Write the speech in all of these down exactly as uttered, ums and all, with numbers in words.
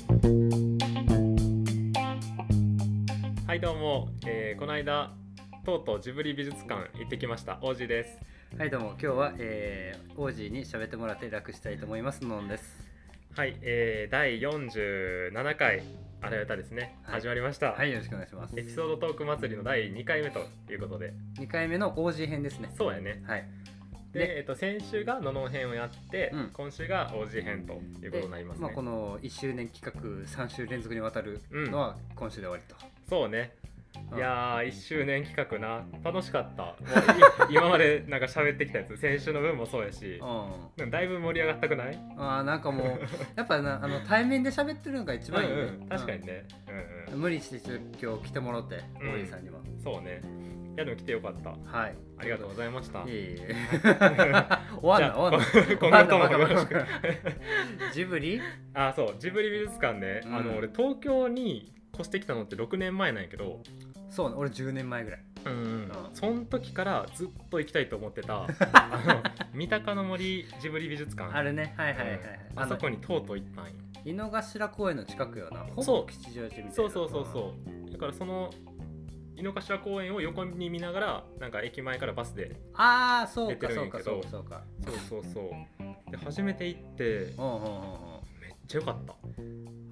はいどうも、えー、この間とうとうジブリ美術館行ってきました。オージーです。 はいどうも、今日は、えー、オージーに喋ってもらって楽したいと思います。のんです。 はい、えー、だいよんじゅうななかいあらゆたですね、はい、始まりました。 はい、よろしくお願いします。 エピソードトーク祭りのだいにかいめということで、 にかいめの オージー 編ですね。 そうやね。 はい。 で、えー、と先週がののん編をやって、うん、今週が オージー 編ということになりますね。 まあ、このいっしゅうねん企画さん週連続にわたるのは今週で終わりと、うん、 そうね。いやーいっしゅうねん企画な、楽しかった。もう今までなんか喋ってきたやつ、先週の分もそうやし、うん、だいぶ盛り上がったくない？ あーなんかもうやっぱなあの対面で喋ってるのが一番いいね。 うんうん、確かにね、 うんうん、無理して今日来てもらって、オーリーさんには、 うん、そうね。いやでも来てよかった。 はい、 ありがとうございました。 いえいえ終わんな終わんな今後ともよろしく。 ジブリ？ あ、そう、ジブリ美術館ね、うん、あの俺東京に越してきたのってろくねんまえなんやけど、 そうね、俺じゅうねんまえぐらい。 うん、うん、その時からずっと行きたいと思ってたあの三鷹の森ジブリ美術館、 あれね、はいはいはい、うん、 あそこにとうとう行ったんよ。 井の頭公園の近くよな、ほぼ吉祥寺みたいな。 そうそうそうそうだからその井の頭公園を横に見ながらなんか駅前からバスで出てるんやけど、 そうかそうそうそうで初めて行って、うんうんうん、めっちゃ良かった。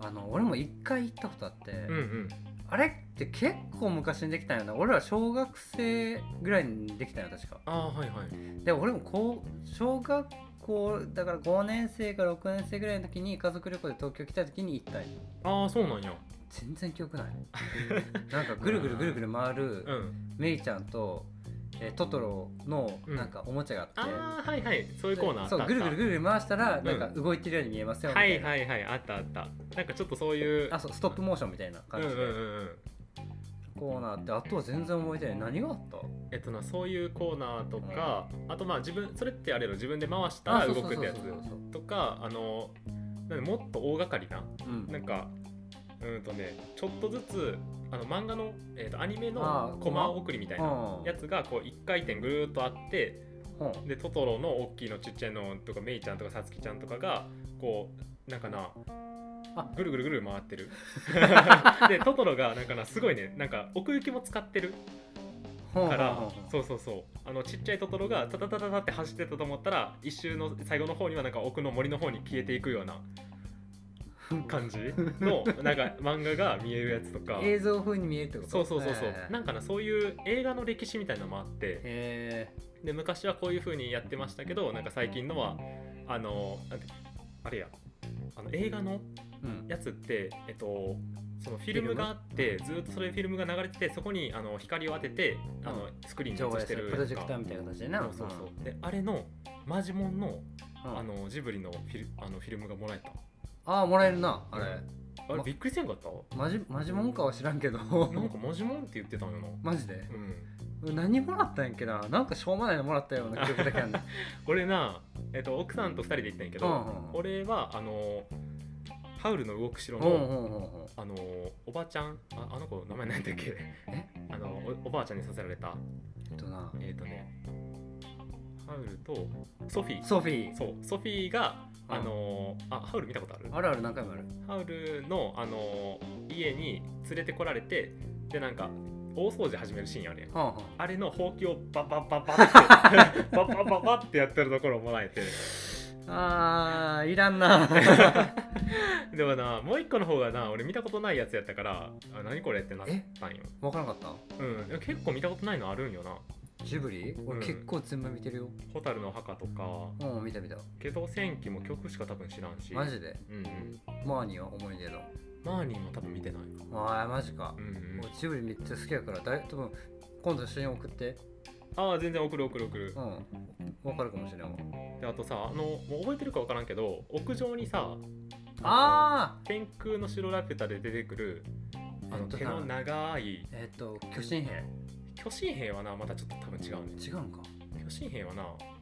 あの俺も一回行ったことあって、 うんうん、あれって結構昔にできたんよな。俺ら小学生ぐらいにできたんよ確か。 ああはいはい。 で俺もこう小学校だからごねん生からろくねん生ぐらいの時に家族旅行で東京来た時に行ったんよ。 ああそうなんや。 全然記憶ないなんかぐるぐるぐるぐる回る、うん、メイちゃんと、えー、トトロのなんかおもちゃがあって、うん、 ああはいはい、そういうコーナーあった。 そうぐるぐるぐるぐる回したらなんか動いてるように見えますよみたいな、 はいはいはい、あったあった。なんかちょっとそういうあそうストップモーションみたいな感じで、うんうんうん、コーナーって、あとは全然覚えてない。何があった？ えっとな、そういうコーナーとか、うん、あとまあ自分それってあれの自分で回したら動くってやつとか、あのなんもっと大掛かりな、うん、なんかうんとね、ちょっとずつあの漫画の、えーと、アニメのコマ送りみたいなやつがこう一回転ぐるっとあって、でトトロの大きいのちっちゃいのとかメイちゃんとかさつきちゃんとかがこうなんかなあぐるぐるぐる回ってるでトトロがなんかなすごいね、なんか奥行きも使ってるからそうそうそう、あのちっちゃいトトロがタタタタタって走ってたと思ったら一周の最後の方にはなんか奥の森の方に消えていくような感じのなんか漫画が見えるやつとか映像風に見えるってこと？ そうそうそうそう、なんかなそういう映画の歴史みたいなのもあって、へで昔はこういう風にやってましたけど、なんか最近のはあのなんてあれやあの映画のやつって、うん、えっとそのフィルムがあってずっとそれフィルムが流れてて、そこにあの光を当ててあのスクリーンに映してるプロジェクターみたいな形でな。 そうそうそう、であれのマジモンの、うん、あのジブリのフィル、あのフィルムがもらえた。 ああもらえるなあれ、うん、 あれびっくりせんかった？ マジマジモンかは知らんけどなんかマジモンって言ってたんよな。 マジで、うん、何もらったんやっけな。なんかしょうもないのもらったような記憶だけあるね俺な、えっと、奥さんとふたりで行ったんやけど、うんうんうん、俺はあのハウルの動く城の、うんうんうんうん、あのおばちゃん あ, あの子名前何だっけあの お, おばあちゃんにさせられたえっとなえっ、ー、とねハウルとソフィーソフィーそうソフィーがあのー、あハウル見たことある？ あるある、何回もある。 ハウルの、あのー、家に連れてこられて、でなんか大掃除始めるシーンあるやん、はあはあ、あれのほうきをババババってババババってやってるところをもらえてあーいらんなでもなもう一個の方がな俺見たことないやつやったから、あ何これってなったんよ。 分からなかった？ うん結構見たことないのあるんよな。 ジブリ？俺結構全部見てるよ。 ホタルの墓とかうん見た見た。 けど戦記も曲しか多分知らんし。 マジで？うんうん。マーニーは思い出の。 マーニーも多分見てない。 ああマジか、うんうん、もうジブリめっちゃ好きやからだい多分今度写真送って。 ああ全然送る送る送る。うん分かるかもしれんわ。 であとさあのもう覚えてるか分からんけど屋上にさああ天空の城ラピュタで出てくるあの手の長いえっと巨神兵巨神兵はなまたちょっと多分違うね。 違うんか。 巨神兵はな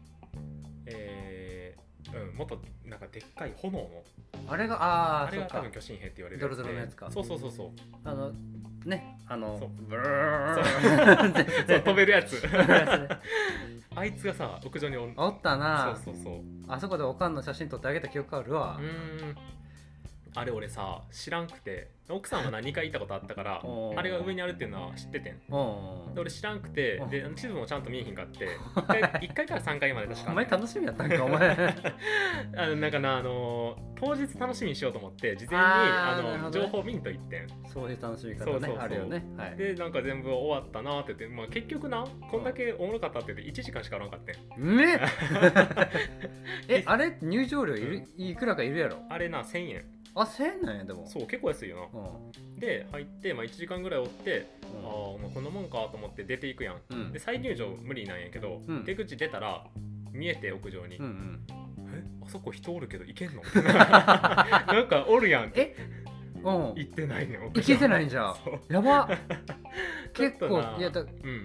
えー、うんもっとなんかでっかい炎のあれがあああれが多分巨神兵って言われるドロドロのやつか。 そうそうそうそうあのねあのそうブーそう飛べるやつあいつがさ屋上に お, おったな。 そうそうそうあそこでおかんの写真撮ってあげた記憶あるわ。 うーんあれ俺さ知らんくて、奥さんはなにかい行ったことあったからあれが上にあるっていうのは知っててん。で俺知らんくて、で地図もちゃんと見えへんかっていっかい, いっかいからさんかいまで確かお前楽しみやったんかお前あのなんかなあの当日楽しみにしようと思って事前にああの、ね、情報見んと言ってん。 そういう楽しみ方ね。 そうそうそうあるよね、はい、 でなんか全部終わったなって言って、まあ、結局なこんだけおもろかったって言っていちじかんしかおらんかってん。 ねえあれ入場料いる、うん、いくらかいるやろ。 あれなせんえん。 あせんえんなんや。でもそう結構安いよな、うん、で入って、まあ、いちじかんぐらいおって、うん、ああもうこんなもんかと思って出ていくやん、うん、で再入場無理なんやけど、うん、出口出たら見えて屋上に、うんうん、えあそこ人おるけど行けんのなんかおるやんってえうん、行ってないの。 行けてないんじゃん。やば結構いやだ、うん、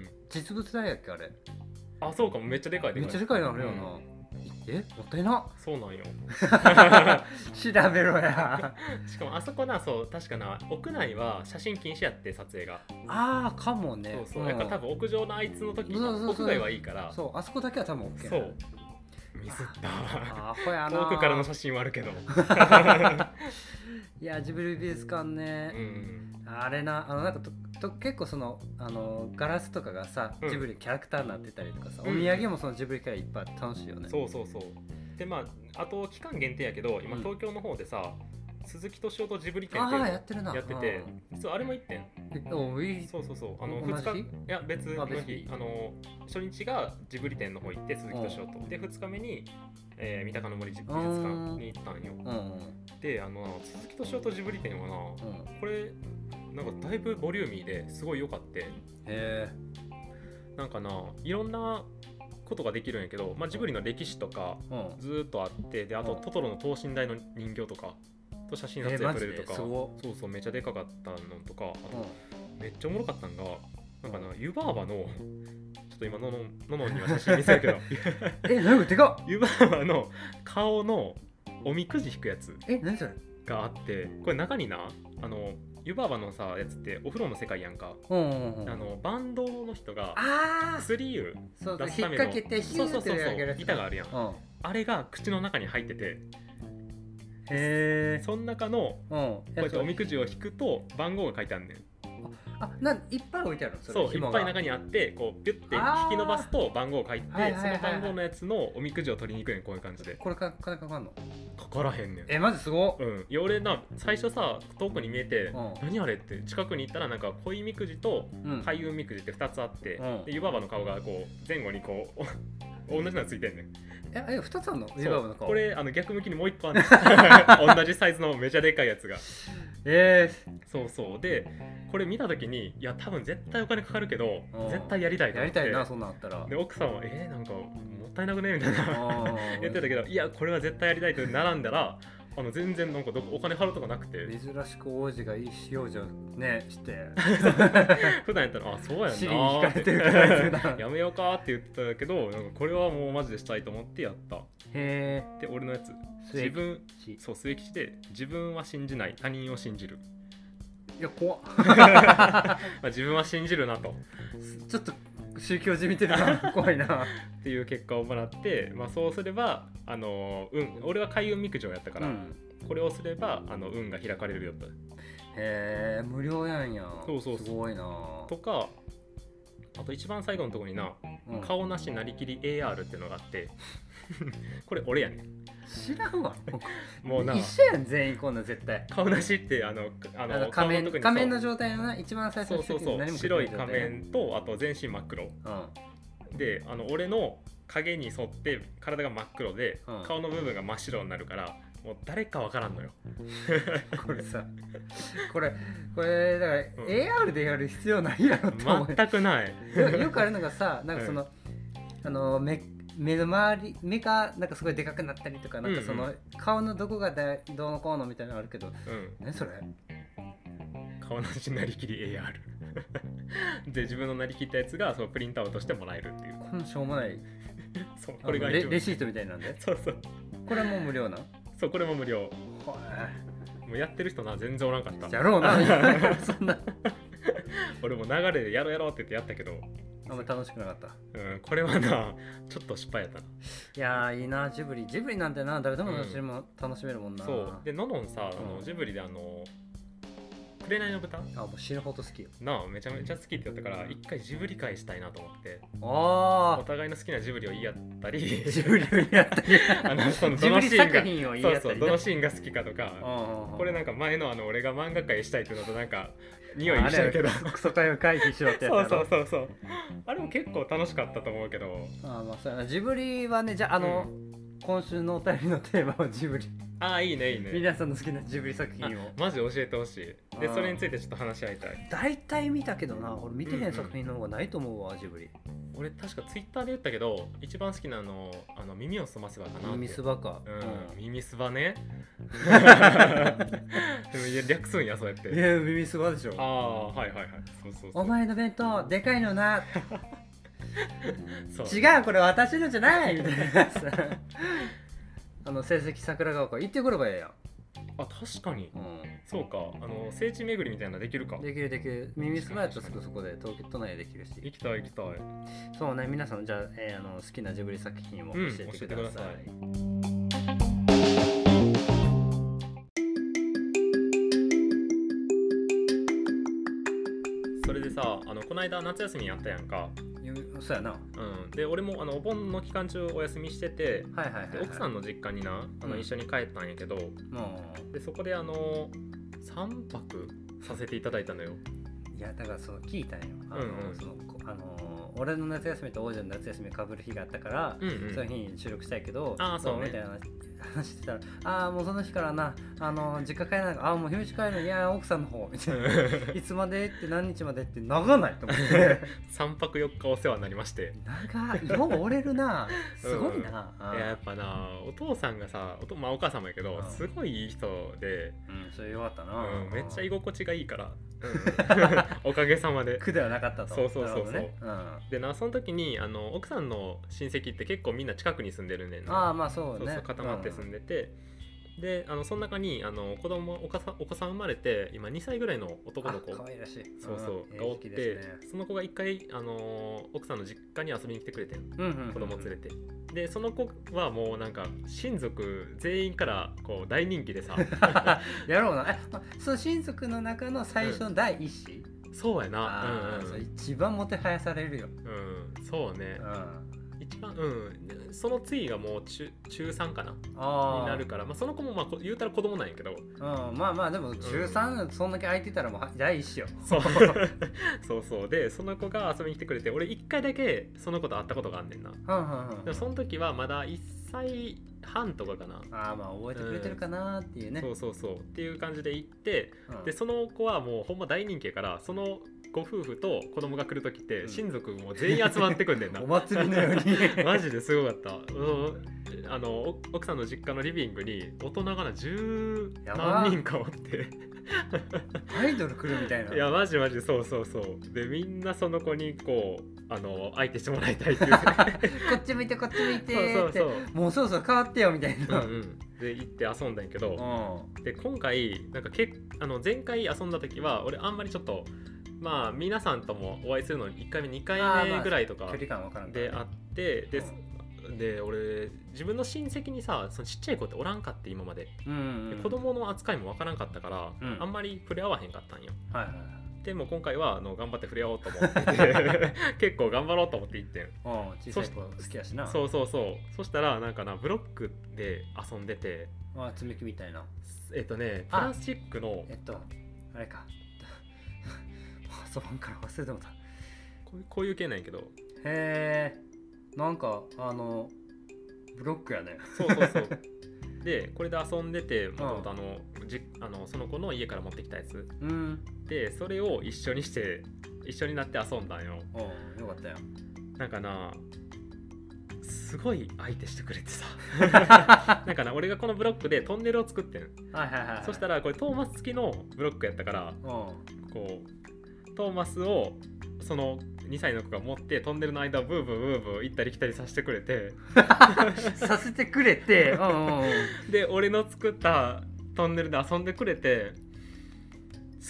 実物大やっけあれ。 あそうかもめっちゃでかいでかい。 めっちゃでかいなあれよな、うん、えもったいな。 そうなんよ調べろやしかもあそこなそう確かな屋内は写真禁止やって撮影が。 ああかもね。 そうそう、うん、やっぱ多分屋上のあいつの時屋外はいいからそうあそこだけは多分 OK。 そうミスったあほやな。 遠くからの写真はあるけどいやジブリ美術館ね、うん、あれなあのなんかとと結構そのあのガラスとかがさ、うん、ジブリキャラクターになってたりとかさ、うん、お土産もそのジブリキャラいっぱいあって楽しいよね。 そうそうそうでまああと期間限定やけど今東京の方でさ、うん、鈴木敏夫とジブリ展っていうのやってるなやってて、実はあれもいってん。 おいそうそうそうあのふつかいや別の日あの初日がジブリ展の方行って鈴木敏夫とでふつかめに、えー、三鷹の森美術館に行ったんよ。であの鈴木敏夫とジブリ展はな、うん、これなんかだいぶボリューミーですごい良かって。へーなんかないろんなことができるんやけど、まあ、ジブリの歴史とかずっとあってであとトトロの等身大の人形とかと写真撮影撮れるとか、えー、そうそうめっちゃでかかったのとか、あとめっちゃおもろかったんがなんかな湯婆婆のちょっと今ののののには写真見せるけどえ何これでかっ。 湯婆婆の顔のおみくじ引くやつえ何それがあってこれ中になあの湯婆婆のさやつってお風呂の世界やんか、うんうんうん、あのバンドの人が薬湯出すための引っ掛けてヒューってやるやつ板があるやん、うん、あれが口の中に入っててへーその中の、うん、こうやっておみくじを引くと番号が書いてあるねん。 あなんいっぱい置いてあるのそれそういっぱい中にあってこうピュッて引き伸ばすと番号を書いて、はいはいはいはい、その番号のやつのおみくじを取りに行くねん。こういう感じで。 これか金かかんの？ かからへんねん。 えマジすごっ。 うんいや俺な最初さ遠くに見えて、うん、何あれって近くに行ったらなんか恋みくじと開運みくじってふたつあって、うん、で湯婆婆の顔がこう前後にこう同じのついてんねん。 ええふたつあんの？湯婆婆の顔。 これあの逆向きにもういっこあんねん同じサイズのめちゃでかいやつが。 えー、そうそうでこれ見た時にいや多分絶対お金かかるけど絶対やりたいと思ってやりたいなそんなんあったら。 で奥さんはえー、なんかもったいなくねみたいな言ってたけどいやこれは絶対やりたいと並んだらあの全然なんかどお金払うとかなくて珍しく王子がいい養女ねして普段やったらあそうやんな尻に引かれてるからやめようかって言ってたけどなんかこれはもうマジでしたいと思ってやった。 へで俺のやつ自分そう末吉で自分は信じない他人を信じる。 いや怖っまあ自分は信じるなとちょっと宗教じみてるな怖いなっていう結果をもらって、まあ、そうすればあの、うん、俺は開運みくじをやったから、うん、これをすればあの運が開かれるよと。 へえ無料やんや。 そうそうそうすごいなとかあと一番最後のところにな、うん、顔なしなりきり エーアール っていうのがあってこれ俺やねん。 知らんわもうな一緒やん全員こんな絶対顔なしってあのあの仮面の仮面の状態のな一番最初のそうそうそう白い仮面とあと全身真っ黒、うん、であの俺の影に沿って体が真っ黒で、うん、顔の部分が真っ白になるからもう誰かわからんのよこれさこれこれだから、うん、エーアール でやる必要ないやろと思う。 全くないよ, よくあるのがさなんかその、うん、あの目目の周り目がなんかすごいでかくなったりとかなんかその、うんうん、顔のどこがだどうのこうのみたいなのあるけど、うん、何それ顔なしなりきり エーアール で自分のなりきったやつがそのプリントアウトしてもらえるっていうこのしょうもないそうこれがレ, レシートみたいなんでそうそうこれはもう無料なそうこれも無料。もうやってる人な全然おらんかった。 やろうなそんな俺も流れでやろうやろうって言ってやったけどあんまり楽しくなかった。 うん、これはなちょっと失敗やったな。 いやーいいなジブリ。ジブリなんてな誰でも楽しめるもん、うん、楽しめるもんな。 そうでののんさ、あのジブリであの紅の豚、 あもう死ぬほど好きよなあ、めちゃめちゃ好きって言ったから一回ジブリ会したいなと思って、 あお互いの好きなジブリを言い合ったりジブリを言い合ったりあのそのジブリ作品を言い合ったり、 そうそうどのシーンが好きかとか、これなんか前のあの俺が漫画界したいっていうのとなんか匂いしたけどクソ会を回避しろってやつやろ。 そうそうそうそうあれも結構楽しかったと思うけど、 あまあそうやな。ジブリはね、じゃああの、うん、今週のお便りのテーマはジブリ。 ああいいねいいね。 皆さんの好きなジブリ作品をマジ教えてほしい。でそれについてちょっと話し合いたい。 大体見たけどな、俺見てへん作品の方がないと思うわ、うんうん、ジブリ。 俺確かツイッターで言ったけど一番好きなのあの耳をすませばかなって。 耳すばか、 うん、耳すばねでもいや略すんやそうやって。 いや耳すばでしょ。 ああはいはいはいそうそうそう。 お前の弁当でかいのな違うこれ私のじゃないみたいなさあの成績桜川から行ってくればええやん。 あ確かに、 うん、 そうか。あの聖地巡りみたいなのできるか。 できるできる。耳すまやとすぐそこで東京都内でできるし。 行きたい行きたい。 そうね、皆さんじゃあ、えー、あの好きなジブリ作品を教えてください、うん、 それでさ、あのこの間夏休みやったやんか。 そうやな。 うん、で俺もあのお盆の期間中お休みしてて、 はいはいはいはい、 で奥さんの実家になあの、うん、一緒に帰ったんやけど、うん、でそこであのさんぱくさせていただいたのよ。 いやだからそう聞いたんよ。あの、うんうん、そのあの俺の夏休みと王者の夏休みかぶる日があったから、うんうん、その日に収録したいけど、 あそうね、 みたいな話してたら、ああもうその日からなあの実家帰らないから、ああもう日にち帰るのいや奥さんの方みたいないつまでって何日までって長ないと思ってさんぱくよっかお世話になりまして。 長いよう折れるなすごいな、 うん、いややっぱなお父さんがさ お, と、まあ、お母さんもやけど、うん、すごいいい人で、 うん、それよかったな、 うん、めっちゃ居心地がいいから、うん、おかげさまで苦ではなかったと。 そうそうそうそう、 ね、うん、 でなその時にあの奥さんの親戚って結構みんな近くに住んでるねんな。 ああまあそうね、 そうそう固まって住んでて、うん、であのその中にあの子供お子さんお子さん生まれて今にさいぐらいの男の子、 可愛らしいそうそう、うん、がおって、ね、その子が一回あの奥さんの実家に遊びに来てくれてん、うんうんうんうん、子供連れて。でその子はもうなんか親族全員からこう大人気でさやろうな。え、ま、その親族の中の最初の第一子、 うん、そうやな、 うんうん、一番もてはやされるよ。 うん、そうね、うん、一番、うん、その次がもう 中, 中さんかなになるから、まあ、その子もまあ言うたら子供なんやけど、 うん、まあまあでも中さん、うん、そんだけ空いてたらもう第一子よ。 そうそうそうでその子が遊びに来てくれて、俺いっかいだけその子と会ったことがあんねんな、うんうんうん、でもその時はまだいっさいはんとかかな。 ああまあ覚えてくれてるかなっていうね、 うん、そうそうそうっていう感じで行って、うん、でその子はもうほんま大人気やから、そのご夫婦と子供が来るときって親族も全員集まってくんねんな、 お祭りのようにマジですごかった、うん、あの奥さんの実家のリビングに大人がなじゅう何人かおってアイドル来るみたいな。 いやマジマジそうそうそうでみんなその子にこうあの相手してもらいたいっていうこっち向いてこっち向いてってそうそうそうもうそろそろ変わってよみたいな、うんうん、 で行って遊んだんやけど、うん、で今回なんかけあの前回遊んだ時は俺あんまりちょっとまあ皆さんともお会いするのにいっかいめにかいめぐらいとかであって、で、うん、で俺自分の親戚にさそのちっちゃい子っておらんかって今まで、うんうん、で子供の扱いもわからんかったから、うん、あんまり触れ合わへんかったんよ、はいはいはい、でも今回はあの頑張って触れ合おうと思ってて結構頑張ろうと思って行ってん。 あ小さい子好きやしな。 そうそうそうそしたらなんかなブロックで遊んでて、 あ積み木みたいなえっとねプラスチックのえっとあれか遊ばんから忘れてもたこういう、こういう系なんやけど、 へえなんかあのブロックやね。 そうそうそうでこれで遊んでてもともとあのじあのその子の家から持ってきたやつ、うん、でそれを一緒にして一緒になって遊んだんよ。 およかったよ。 なんかなすごい相手してくれてさなんかな俺がこのブロックでトンネルを作ってん、はいはいはいはい、そしたらこれトーマス付きのブロックやったからこうトーマスをそのにさいの子が持ってトンネルの間をブーブーブーブー行ったり来たりさせてくれてさせてくれてで俺の作ったトンネルで遊んでくれて好きって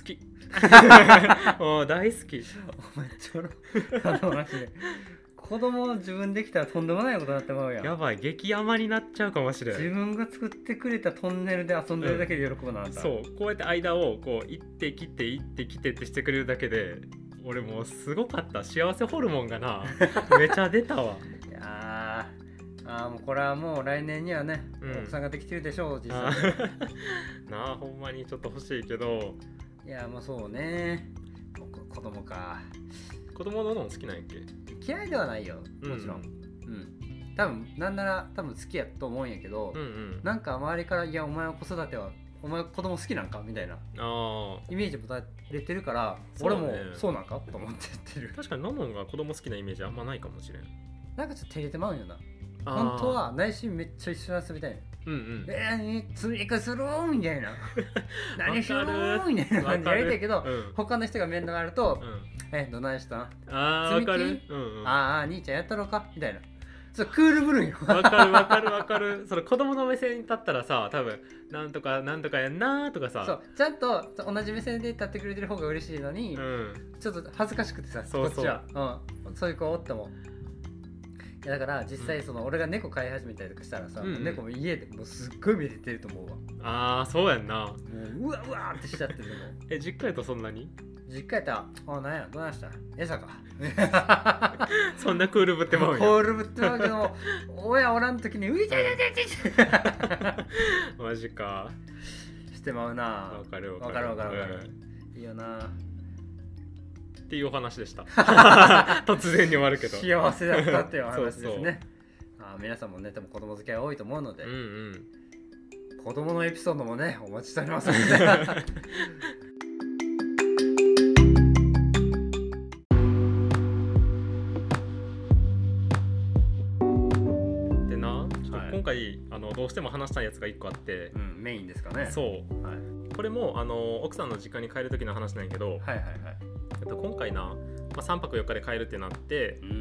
もう大好き。 お前ちょろあのマジで子供自分できたらとんでもないことになってまうやん。 やばい、激山になっちゃうかもしれない。 自分が作ってくれたトンネルで遊んでるだけで喜ぶなんだ、うん、 そうこうやって間をこう行ってきて行ってきてってしてくれるだけで俺もうすごかった。幸せホルモンがなめちゃ出たわ。 いやあもうこれはもう来年にはね、うん、奥さんができてるでしょう実際なあほんまにちょっと欲しいけど。 いやもうそうね子供か。 子供のの好きなんやっけ。 嫌いではないよもちろん、うん、うん、多分なんなら多分好きやと思うんやけど、うんうん、なんか周りからいやお前は子育てはお前子供好きなんかみたいなあイメージ持たれてるから、ね、俺もそうなんかと思って言ってる。 確かにナノンが子供好きなイメージあんまないかもしれん。 なんかちょっと照れてまうんよな。本当は内心めっちゃ一緒に遊びたいの。うんうん、えー、積み木するみたいな何しろみたいな感じでやりたいけど、うん、他の人が面倒があると、うん、えどないしたんあーわかる、うんうん、 ああ兄ちゃんやったろかみたいな。そうクールブルーよ。 わかるわかるわかる。その子供の目線に立ったらさ多分なんとかなんとかやんなとかさ、 そうちゃんと同じ目線で立ってくれてる方が嬉しいのに、うん、ちょっと恥ずかしくてさそうそうこっちは、うん、そういう子おってもいやだから実際その俺が猫飼い始めたりとかしたらさ、うんうん、猫も家でもうすっごい見れてると思うわ。 ああそうやんな。 もううわうわってしちゃってるの。 え実家やとそんなに？ 実家やったらあなんやどうなした餌かそんなクールぶってまうやん。 クールぶってまうけど親おらん時にういちゃいちゃいちゃいマジかしてまうな。 わかるわかるわかるわかる、うん、いいよなっていうお話でした。突然に終わるけど幸せだったっていうお話ですね。そうそうあ皆さんもね多分子供付き合い多いと思うので、うんうん、子供のエピソードもねお待ちしておりますのででなちょっと今回、はい、あのどうしても話したいやつがいっこあって、 うん、メインですかね。 そう、はい、これもあの奥さんの実家に帰る時の話なんやけど、はいはいはいえっと、今回な、まあ、さんぱくよっかで帰るってなって、うん、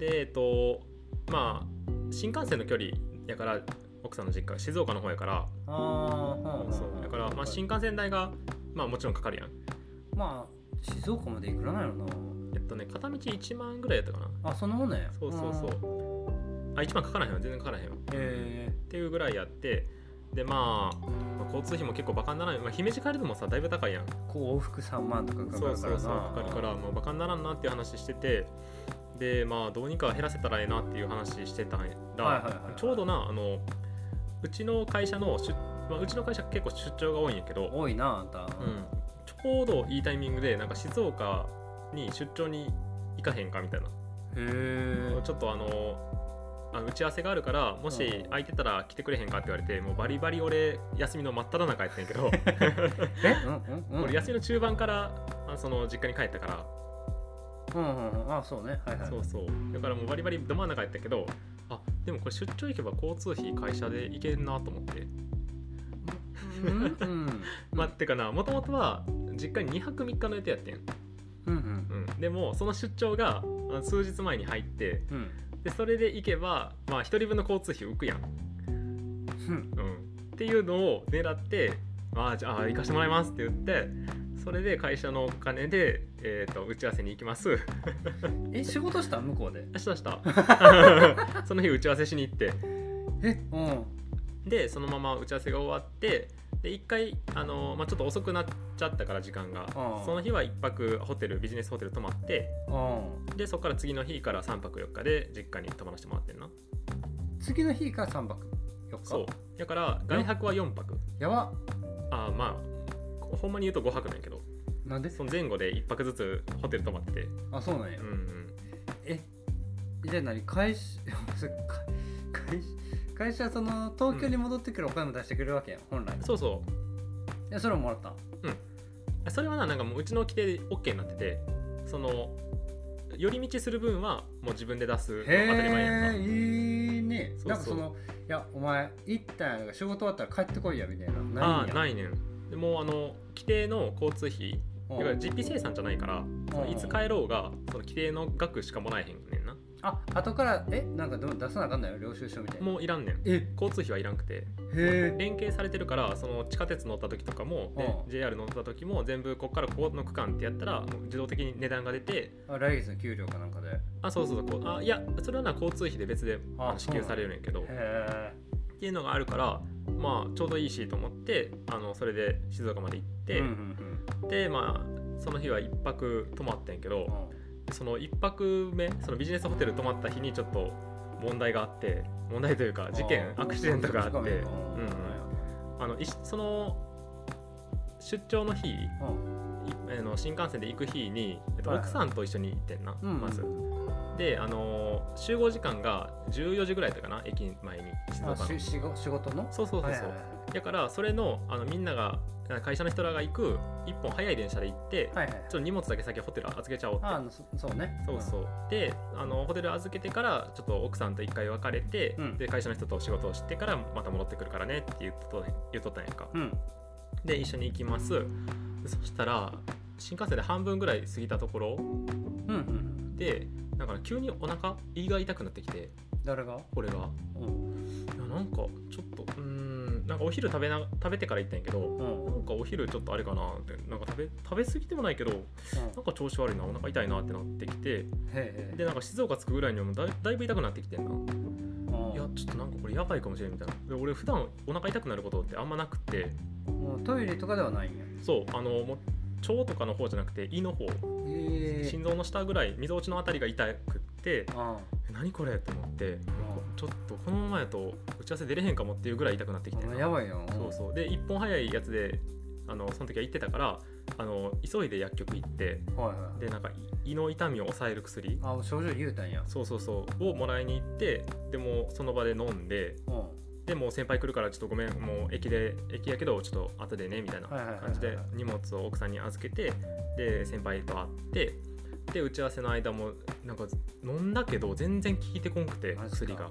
でえっとまあ新幹線の距離やから奥さんの実家が静岡の方やからあそうだから、まあ、新幹線代が、まあ、もちろんかかるやん。 まあ静岡までいくらなんやろな。 えっとね片道いちまんぐらいやったかな。 あそんなもんね。 そうそうそうあいちまんかからへんよ全然かからへんよ、えー、っていうぐらいやってで、まあ、まあ交通費も結構バカにならない、まあ、姫路帰るのもさだいぶ高いやん。 こう往復さんまんとかかかるからな。 そうそうそうかかるからもうバカにならんなっていう話しててでまあどうにか減らせたらええなっていう話してたんだ、はいはいはいはい、ちょうどなあのうちの会社の出、まあ、うちの会社結構出張が多いんやけど多いなあんた、うん、 ちょうどいいタイミングでなんか静岡に出張に行かへんかみたいな。へちょっとあのあの打ち合わせがあるからもし空いてたら来てくれへんかって言われてもうバリバリ俺休みの真っ只中やったんやけどえ、うんうんうん、俺休みの中盤からその実家に帰ったからうんうんうん、あそうね、はいはい、 そうそうだからもうバリバリど真ん中やったけどあでもこれ出張行けば交通費会社で行けるなと思ってうん、うん、まあってかなもともとは実家ににはくみっかの予定やってん、うんうんうん、でもその出張が数日前に入って、うん、でそれで行けばまあひとりぶんの交通費浮くやん、うんうん、っていうのを狙ってあじゃあ行かしてもらいますって言ってそれで会社のお金で、えー、と打ち合わせに行きますえ仕事した向こうでしたしたその日打ち合わせしに行ってえ、うん、でそのまま打ち合わせが終わってでいっかいあの、まあ、ちょっと遅くなっちゃったから時間がその日はいっぱくホテルビジネスホテル泊まってでそこから次の日からさんぱくよっかで実家に泊まらせてもらってんな。 次の日からさんぱくよっかそうだから外泊はよんぱくやばあまあほんまに言うとごはくなんやけどなんでその前後でいっぱくずつホテル泊まっててあそうなんや、うんうん、えじゃあ何会社会社会社その東京に戻ってくるお金も出してくれるわけやん、うん、本来そうそうえそれももらったうんそれはななんかもううちの規定で OK になっててその寄り道する分はもう自分で出す当たり前やんか。 へーいいね。そうそうなんかそのいやお前行ったんや仕事終わったら帰ってこいやみたいなないんやあないねんでもあの規定の交通費だから実費生産じゃないからそのいつ帰ろうがその規定の額しかもらえへんねんな。 あ後からえなんかでも出さなあかんないよ領収書みたいな。 もういらんねん。 え交通費はいらんくて、 へ連携されてるからその地下鉄乗った時とかも、ね、ジェイアール 乗った時も全部ここからここの区間ってやったらもう自動的に値段が出て、 あ来月の給料かなんかで。 あそうそうそうこうあいやそれはな交通費で別であの支給されるんやけどへっていうのがあるからまあちょうどいいしと思ってあのそれで静岡まで行って、 うんうんうん、 でまあその日はいっぱく泊まったんやけど、うん、そのいっぱくめそのビジネスホテル泊まった日にちょっと問題があって問題というか事件アクシデントがあって、うんうん、あのその出張の日、うん、の新幹線で行く日に、えっと、奥さんと一緒に行ってんな、はいはい、まず、うん、であの集合時間がじゅうよじぐらいだったかな駅前に静岡の仕事のそうそうそうそう、はいはいはい、だからそれ の, あのみんなが会社の人らが行く一本早い電車で行って、はいはいはい、ちょっと荷物だけ先ホテル預けちゃおうって。 あそ, そうねそうそう、うん、であのホテル預けてからちょっと奥さんと一回別れて、うん、で会社の人と仕事をしてからまた戻ってくるからねって言っと言っとったんやんか、うん、で一緒に行きます。そしたら新幹線で半分ぐらい過ぎたところ、うんうん、でなんか急にお腹胃が痛くなってきて。 誰が？ 俺が、うん、いやなんかちょっとうーんなんかお昼食べな食べてから行ったんやけど、うん、なんかお昼ちょっとあれかなってなんか食べ食べ過ぎてもないけど、うん、なんか調子悪いなお腹痛いなってなってきて、へでなんか静岡着くぐらいにはもう だ, だいぶ痛くなってきてんな、うん、いやちょっとなんかこれやばいかもしれんみたいな。で俺普段お腹痛くなることってあんまなくって、 もうトイレとかではないんや。 そうあのもう腸とかの方じゃなくて胃の方、心臓の下ぐらいみぞおちのあたりが痛くって、何これって思って、ちょっとこのままやと打ち合わせ出れへんかもっていうぐらい痛くなってきて、 やばいよ。 そうそうで一本早いやつであのその時は行ってたからあの急いで薬局行って、はいはい、でなんか胃の痛みを抑える薬、 あ症状言うたんや。 そうそうそうをもらいに行って、でもその場で飲んで、うん、でもう先輩来るからちょっとごめんもう駅で駅やけどちょっと後でねみたいな感じで荷物を奥さんに預けて、で先輩と会ってで打ち合わせの間もなんか飲んだけど全然効いてこんくて薬が、うん、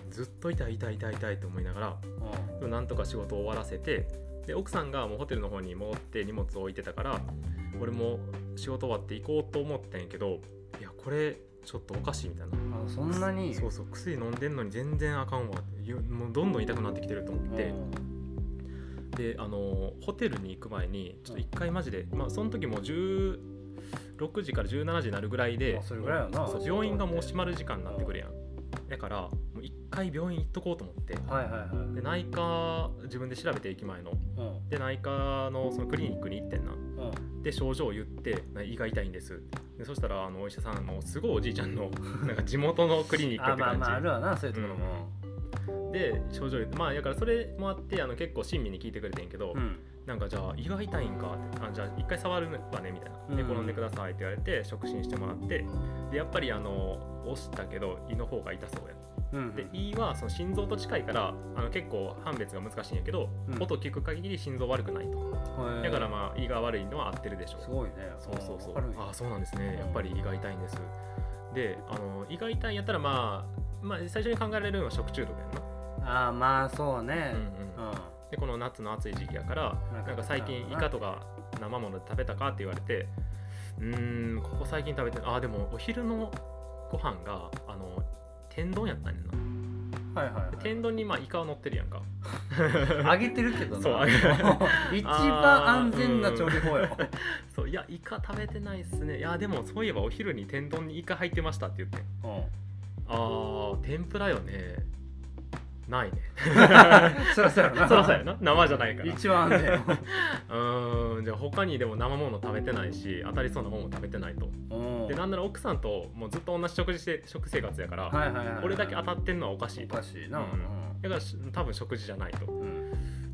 ずっと痛い痛い痛い痛いと思いながら、うん、でもなんとか仕事を終わらせて、で奥さんがもうホテルの方に戻って荷物を置いてたから俺も仕事終わって行こうと思ったんやけど、いやこれちょっとおかしいみたいな。 あそんなにそうそう薬飲んでんのに全然あかんわってもうどんどん痛くなってきてると思って、うん、であのホテルに行く前にちょっと一回マジで、まあその時もじゅうろくじからじゅうしちじになるぐらいで、 それぐらいやな。 そう病院がもう閉まる時間になってくるやん。だからもう一回病院行っとこうと思って、 はいはいはい、 で内科自分で調べて駅前の、うん、で内科 の, そのクリニックに行ってんな、うん、で症状を言って胃が痛いんです。でそしたらあのお医者さんもすごいおじいちゃんのなんか地元のクリニックって感じ。 あまあまああるわなそういうところも、 うん、で症状言ってまあだからそれもあってあの結構親身に聞いてくれてんけど、うん、なんかじゃあ胃が痛いんかって、あじゃあ一回触るわねみたいな、寝転んでくださいって言われて触診してもらって、でやっぱりあの押したけど胃の方が痛そうや、うん、で胃はその心臓と近いからあの結構判別が難しいんやけど、うん、音聞く限り心臓悪くないと、だからまあ胃が悪いのは合ってるでしょう。 すごいね。 そうそうそう、ああそうなんですね、やっぱり胃が痛いんです。であの胃が痛いんやったら、まあ、まあ最初に考えられるのは食中毒やんな。 あまあそうね、 うんうんうん、でこの夏の暑い時期やからなんか最近イカとか生もので食べたかって言われて、うーんここ最近食べてあでもお昼のご飯があの天丼やったんやな。 はいはいはい、 天丼にまあイカは乗ってるやんか。 揚げてるけどな。 そう一番安全な調理法よ。 そういやイカ食べてないっすね。いやでもそういえばお昼に天丼にイカ入ってましたって言って。うん、あー天ぷらよね。ないね。 そらそうやな。 そらそうやな。生じゃないから。 一番安全。 うーんじゃあ他にでも生もの食べてないし当たりそうなものも食べてないと。でなんなら奥さんともうずっと同じ食事して食生活やから、はいはいはいはい、俺だけ当たってんのはおかしい。 おかしいな。うん、 だから多分食事じゃないと。うん、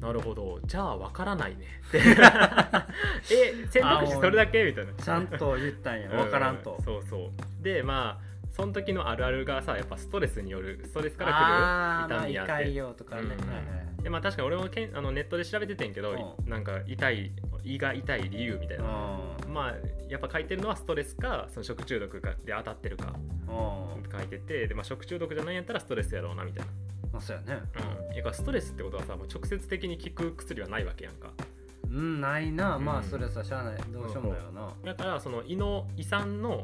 なるほど。じゃあ分からないね。え選択肢それだけみたいな。 ちゃんと言ったんや。分からんと。 うん、そうそう。でまあ。その時のあるあるがさやっぱストレスによるストレスから来る痛みやって、 まあ、胃潰瘍とかね、うんうん、でまあ確かに俺もけんあのネットで調べててんけど、うん、なんか痛い胃が痛い理由みたいな、うん、まあやっぱ書いてるのはストレスかその食中毒かで当たってるか、うん、書いててで、まあ、食中毒じゃないんやったらストレスやろうなみたいな。 まあそうやね、 うん、やっぱストレスってことはさもう直接的に効く薬はないわけやんか。 うんないな、うん、まあストレスはしゃあないどうしようもないよな、 だからその胃の胃酸の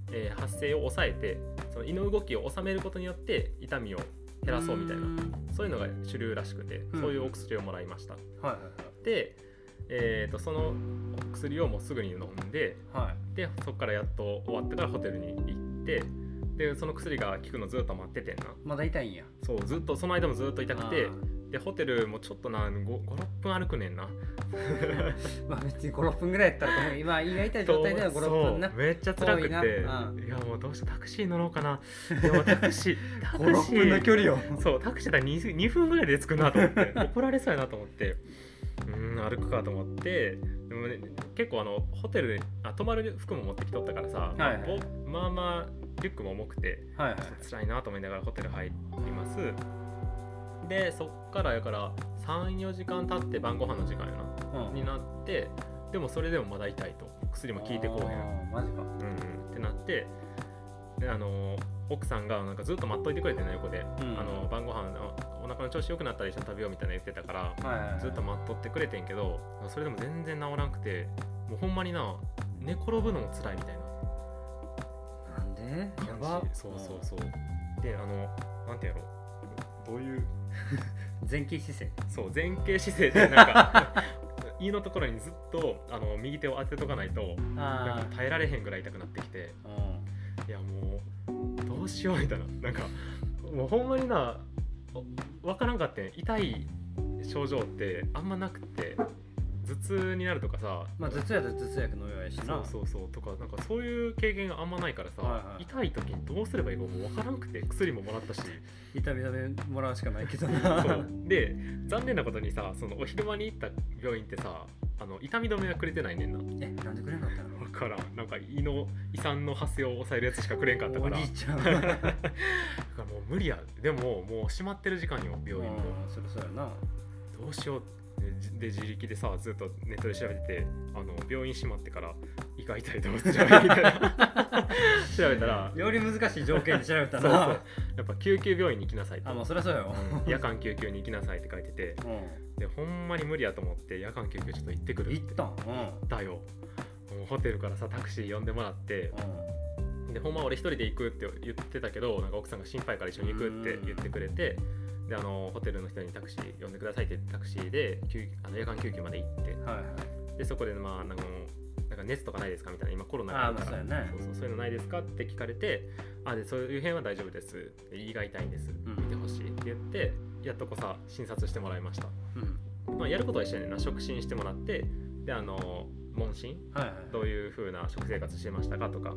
えー、発生を抑えてその胃の動きを収めることによって痛みを減らそうみたいなそういうのが主流らしくて、うん、そういうお薬をもらいました、はいはいはい、で、えー、とその薬をもうすぐに飲んで、はい、でそこからやっと終わってからホテルに行ってでその薬が効くのずっと待っててんな。 まだ痛いんや。 そうずっとその間もずっと痛くてでホテルもちょっとな ご、ろっぷん歩くねんなまあ別にご、ろっぷんぐらいやったら今胃が痛い状態ではご、ろっぷんなめっちゃ辛くていやもうどうしてタクシー乗ろうかなでもタクシータクシーご、ろっぷんの距離よそうタクシーだったら 2, にふんぐらいで着くなと思って怒られそうやなと思ってうん歩くかと思ってでも、ね、結構あのホテルであ泊まる服も持ってきとったからさ、はいはい、まあまあリュックも重くて、はいはい、辛いなと思いながらホテル入ります。でそっからやからさん、よじかん経って晩ご飯の時間やな、うん、になってでもそれでもまだ痛いと薬も効いてこうへんマジか、うん、 ってなってであの奥さんがなんかずっと待っといてくれてね横で、うん、あの晩ご飯お腹の調子良くなったら一緒に食べようみたいな言ってたから、はいはいはい、ずっと待っとってくれてんけどそれでも全然治らんくてもうほんまにな寝転ぶのも辛いみたいななんでやばそうそうそうであのなんてやろどういう前傾姿勢そう前傾姿勢でなんか胃のところにずっとあの右手を当てとかないとなんか耐えられへんぐらい痛くなってきていやもうどうしようみたいななんかもうほんまにな分からんかって痛い症状ってあんまなくて頭痛になるとかさまあ頭痛やったら頭痛薬のようやしなそうそうそうとかなんかそういう経験があんまないからさ、はいはい、痛い時にどうすればいいかもう分からんくて薬ももらったし痛み止めもらうしかないけどなそうで残念なことにさそのお昼間に行った病院ってさあの痛み止めはくれてないねんな。 えなんでくれんかったの分からんなんか胃の胃酸の発生を抑えるやつしかくれんかったからお兄ちゃんだからもう無理やでももう閉まってる時間よ病院もそれそうやなどうしようで自力でさずっとネットで調べててあの病院閉まってから胃が痛いと思って調べみたいな調べたらより難しい条件で調べたなそうそうやっぱ救急病院に行きなさいとあ、まあ、そりゃそうよ、 うん、夜間救急に行きなさいって書いてて、うん、でほんまに無理やと思って夜間救急ちょっと行ってくるって行ったん、うん、 行ったよもうホテルからさタクシー呼んでもらって、うん、でほんま俺一人で行くって言ってたけどなんか奥さんが心配から一緒に行くって言ってくれてであのホテルの人にタクシー呼んでくださいってタクシーであの夜間救急まで行って、はいはい、でそこでまああのなんか熱とかないですかみたいな今コロナがあるからそう、ね、 そうそうそういうのないですかって聞かれてあでそういう辺は大丈夫です胃が痛いんです、うん、見てほしいって言ってやっとこさ診察してもらいました、うんまあ、やることは一緒やねんな触診してもらってであの問診、はいはい、どういう風な食生活してましたかとか、うん、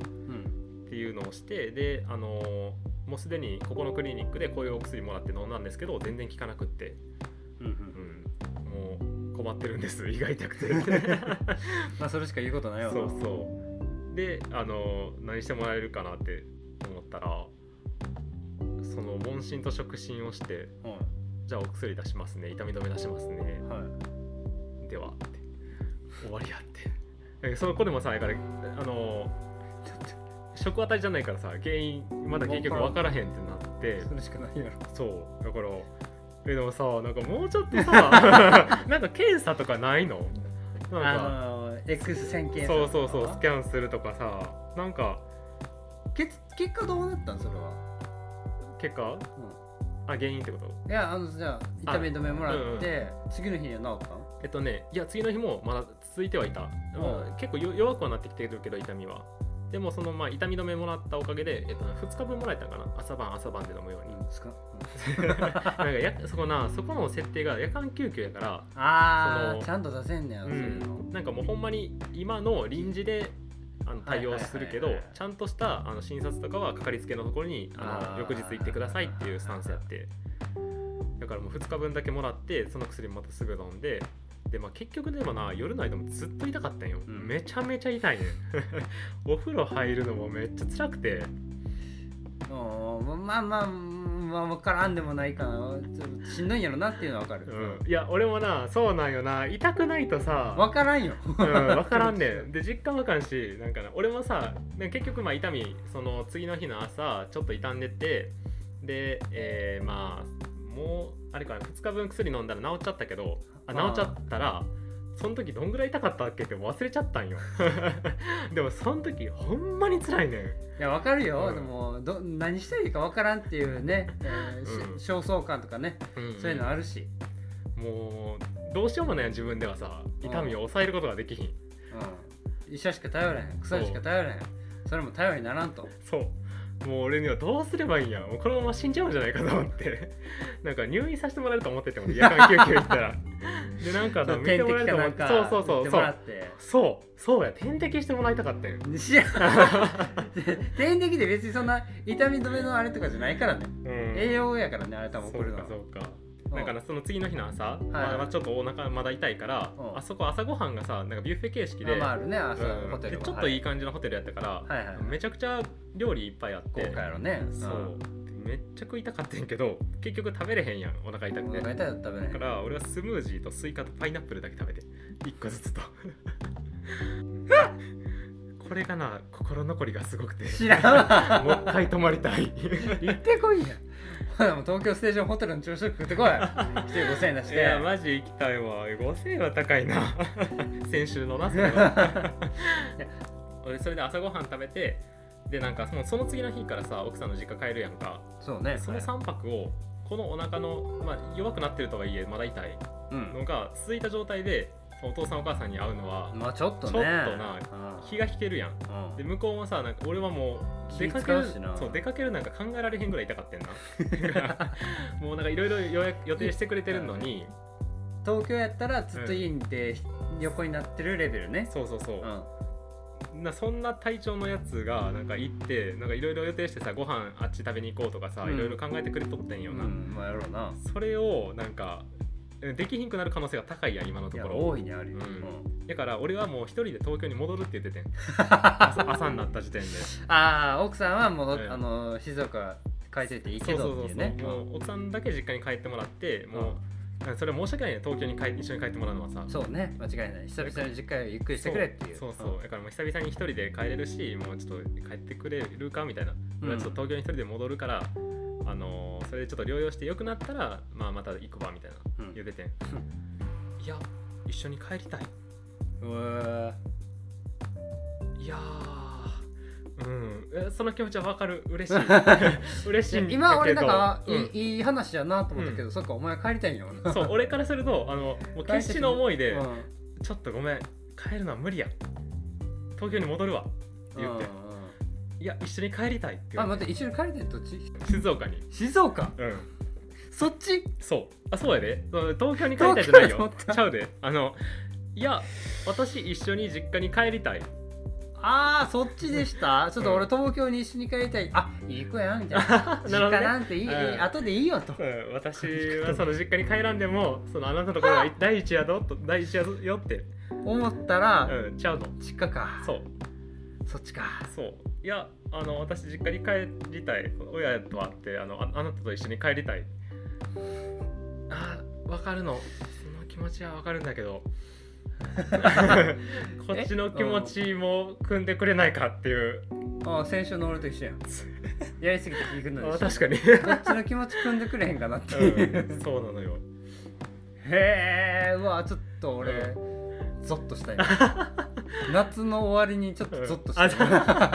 っていうのをしてであのもうすでにここのクリニックでこういうお薬もらって飲んだんですけど全然効かなくって、うんうん、もう困ってるんです胃が痛くてまあそれしか言うことないわそうそうであの何してもらえるかなって思ったらその問診と触診をして、はい、じゃあお薬出しますね痛み止め出しますね、はい、ではって終わりやってその子でもさだからあの食当たりじゃないからさ原因まだ結局分からへんってなってそれしかないやろそうだからえでもさなんかもうちょっとさなんか検査とかないのなんかあのー、X 線検査そうそうそうスキャンするとかさなんか結結果どうなったんそれは結果、うん、あ原因ってこといやあのじゃあ痛み止めもらって、うんうん、次の日には治ったんえっとねいや次の日もまだ続いてはいた、うん、結構弱くはなってきてるけど痛みはでもそのまあ痛み止めもらったおかげで、えっと、ふつかぶんもらえたかな朝晩朝晩で飲むようにですかなんかやそこなそこの設定が夜間救急やからああちゃんと出せんねや、 うん、なんかもうほんまに今の臨時であの対応するけどちゃんとしたあの診察とかはかかりつけのところにあの翌日行ってくださいっていうスタンスやってだからもうふつかぶんだけもらってその薬またすぐ飲んででまあ、結局でもな夜の間もずっと痛かったんよ、うん、めちゃめちゃ痛いねお風呂入るのもめっちゃ辛くてまあまあまあ分からんでもないかなちょっとしんどいんやろなっていうのは分かる、 うん、いや俺もなそうなんよな痛くないとさ分からんよ、 うん、分からんねんで実感分かんしなんかな俺もさ結局まあ痛みその次の日の朝ちょっと痛んでてで、えー、まあもうあれかなふつかぶん薬飲んだら治っちゃったけどあ治っちゃったらその時どんぐらい痛かったっけって忘れちゃったんよでもその時ほんまに辛いねん。いやわかるよ、うん、でもど何したらいいかわからんっていうね、えーうん、焦燥感とかね、うんうん、そういうのあるし、 もうどうしようもない自分ではさ痛みを抑えることができひん、うんうん、医者しか頼れへん、薬しか頼れへん、それも頼りにならんと。 そうもう俺にはどうすればいいんや、もうこのまま死んじゃうんじゃないかと思ってなんか入院させてもらえると思ってても夜間救急行ったらでなんか見てもらえると思ってそうそうそうそうそうそうや点滴してもらいたかったよ点滴で別にそんな痛み止めのあれとかじゃないからね、うん、栄養やからねあれ多分送るのは。 そうかそうかなんかなその次の日の朝、はいまあ、ちょっとお腹まだ痛いから、うん、あそこ朝ごはんがさなんかビュッフェ形式で、 まああるね朝、うん、ホテルでちょっといい感じのホテルやったから、はいはい、めちゃくちゃ料理いっぱいあって豪華やろね、 そう、うん、めっちゃ食いたかったんやけど結局食べれへんやんお腹痛くて。 お腹痛いと食べれへんだから俺はスムージーとスイカとパイナップルだけ食べていっこずつとこれがな心残りがすごくて知らんわもう一回泊まりたい行ってこいや東京ステーションホテルの朝食食ってこい来てごせんえん出して。いやマジ行きたいわ。ごせんえんは高いな先週のなそれは俺それで朝ごはん食べてでなんかそのその次の日からさ奥さんの実家帰るやんか。 そうね。 そのさんぱくをこのお腹の、まあ、弱くなってるとはいえまだ痛いのが続いた状態でお父さんお母さんに会うのは、 まあ、ちょっとねちょっとな気が引けるやん、うん、で向こうもさなんか俺はもう出かけるそう出かけるなんか考えられへんぐらい痛かったんなもうなんかいろいろ予定してくれてるのに東京やったらずっと家にいて横になってるレベルね、 そうそうそう、うん、なそんな体調のやつがなんか行ってなんかいろいろ予定してさご飯あっち食べに行こうとかさいろいろ考えてくれとってんよな、 うんまあ、やろうな。 それをなんかできひんくなる可能性が高いやん今のところ。 大いにあるよ、 うん、だから俺はもう一人で東京に戻るって言っててん朝, 朝になった時点でああ奥さんはもう、うん、あの静岡帰ってていいけどっていうね。 そうそうそうそう、もう奥さんだけ実家に帰ってもらってもう、うん、それは申し訳ないね東京に帰一緒に帰ってもらうのはさ。 そうね間違いない。久々に実家をゆっくりしてくれっていう。 そうそうそう、うん、だからもう久々に一人で帰れるしもうちょっと帰ってくれるかみたいな、うん、俺はちょっと東京に一人で戻るからあのー、それでちょっと療養して良くなったら、まあ、また行くわみたいな、うん、言うててんいや一緒に帰りたい。 うわいやうんその気持ちは分かる。嬉しい嬉しいんだけど今俺なんか、うん、い, いい話やなと思ったけど、うん、そっかお前帰りたいんよそう俺からするとあのもう決死の思いで、うん、ちょっとごめん帰るのは無理や東京に戻るわって言って、いや一緒に帰りたいって言って。 あ待って一緒に帰りたいどっち？ 静岡に。 静岡？ うんそっち？ そうあそうやで東京に帰りたいじゃないよちゃうであのいや私一緒に実家に帰りたい。 ああそっちでしたちょっと俺東京に一緒に帰りたい、うん、あいい子やんみたいな実家なんていい、ね、後でいいよと、 うん、私はその実家に帰らんでもそのあなたのところが第一やぞと第一やよって思ったら、 うん、ちゃうの実家か。 そうそっちか。 そういやあの私実家に帰りたい親と会ってあの あ, あなたと一緒に帰りたい。あ分かるのその気持ちは分かるんだけどこっちの気持ちも組んでくれないかっていう。 ああ先週の俺と一緒やんやりすぎて聞くので確かにこっちの気持ち組んでくれへんかなっていう、 うん、そうなのよ。 へえうわちょっと俺、うん、ゾッとしたい夏の終わりにちょっとゾッとした、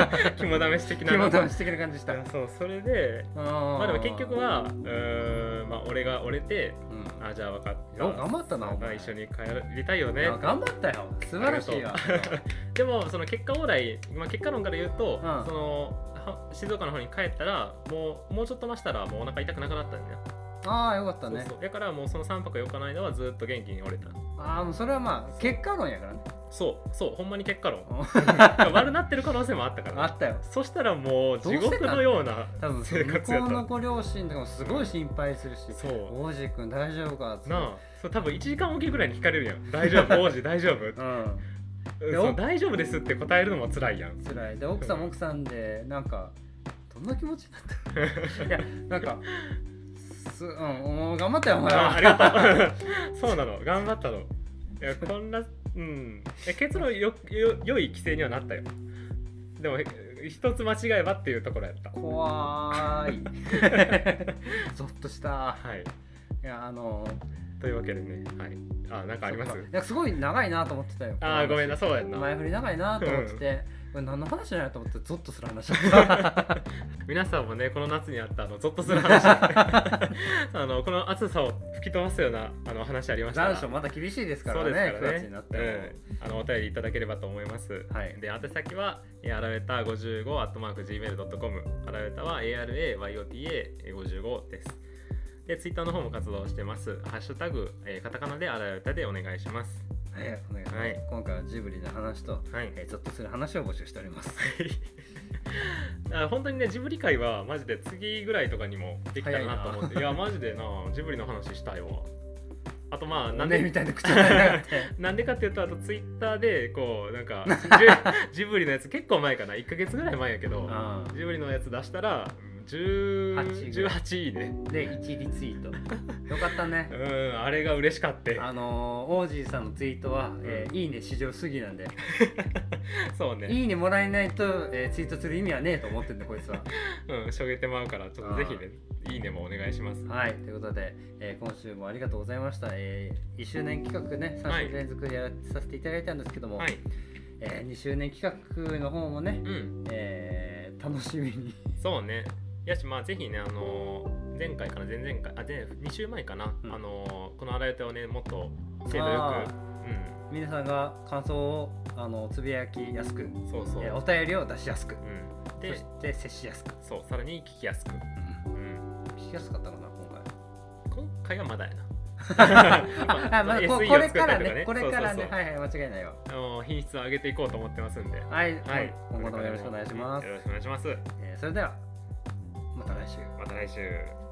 うん、肝試し的な肝試し的な感じした。 そうそれでまあでも結局はうーん、まあ、俺が折れて、うん、あじゃあ分かった。 頑張ったなお前。 一緒に帰りたいよね。 頑張ったよ素晴らしいわでもその結果オーライ、まあ、結果論から言うと、うん、その静岡の方に帰ったらもうもうちょっと増したらもうお腹痛くなくなったんだよ。 ああよかったね。 そうそうだからもうそのさんぱくよっかの間はずっと元気に折れた。 ああもうそれはまあ結果論やからね。 そうそうほんまに結果論悪なってる可能性もあったから、ね、 あったよ。 そしたらもう地獄のような生活やった。 向こうのご両親とかもすごい心配するし、 そう王子くん大丈夫かってなあそう多分いちじかんおきぐらいに聞かれるやん大丈夫王子大丈夫、うんそう大丈夫ですって答えるのも辛いやん。 辛いで奥さんも奥さんでなんかどんな気持ちになったいやなんかす、うん、もう頑張ったよお前は。 あ, ありがとうそうなの頑張ったの。いやこんなうん結論よよ良い規制にはなったよ。でも一つ間違えばっていうところやった。 怖いゾッとした。 はいいやあのというわけでね、はい。あ、なんかあります？いや、すごい長いなと思ってたよ。 あー、ごめんな、そうやんな。 前振り長いなと思ってて、これ何の話なんやと思ってゾッとする話だった。 皆さんもね、この夏にあったあのゾッとする話あのこの暑さを吹き飛ばすようなあの話ありましたら、 残暑まだ厳しいですからね。 そうですからね、 くがつになっても、 うん、あのお便りいただければと思います。はい、で宛先はアラウェタごじゅうごアットマークジーメールドットコム、アラウェタは エーアールエーワイオーティーエーごじゅうご です。でツイッターの方も活動してます。ハッシュタグ、えー、カタカナでアラウェタでお願いします。 はい、お願いします。はい、今回はジブリの話と、はい、えー、ちょっとする話を募集しております。 あ、本当にね、ジブリ界はマジで次ぐらいとかにもできたらなと思って、いやマジでな、ジブリの話したいわ。あとまあなんでみたいな口なんでかっていうと、あとツイッターでこうなんかジブリのやつ結構前かな、いっかげつぐらい前やけど、ジブリのやつ出したらじゅうはちいいねでいちリツイート。よかったね。 うん、あれが嬉しかった。 あのー、オージーさんのツイートは、うん、えー、いいね至上主義なんでそうね、 いいねもらえないと、えー、ツイートする意味はねえと思ってんだこいつは。 うん、しょげてまうから、ちょっとぜひねいいねもお願いします。 はい、ということで、えー、今週もありがとうございました。えー、いっしゅうねん企画ね、さんしゅう連続やらさせていただいたんですけども、はい、えー、にしゅうねん企画の方もね、うん、えー、楽しみに。 そうね、やし、まあぜひね、あのー、前回から前々回、あ、前に週前かな、うん、あのー、この洗い手をね、もっと精度よく、 うん、皆さんが感想をあのつぶやきやすく、そうそう、えー、お便りを出しやすく、うん、でそして接しやすく、 そう、さらに聞きやすく、うんうん、 聞きやすかったかな今回。今回はまだやな。 あ、まあ、これからね、これからね、はいはい、間違いないよ。 あの品質を上げていこうと思ってますんで、 はい、はい、今後ともよろしくお願いします。 よろしくお願いします。 えー、それではまた来週。 また来週。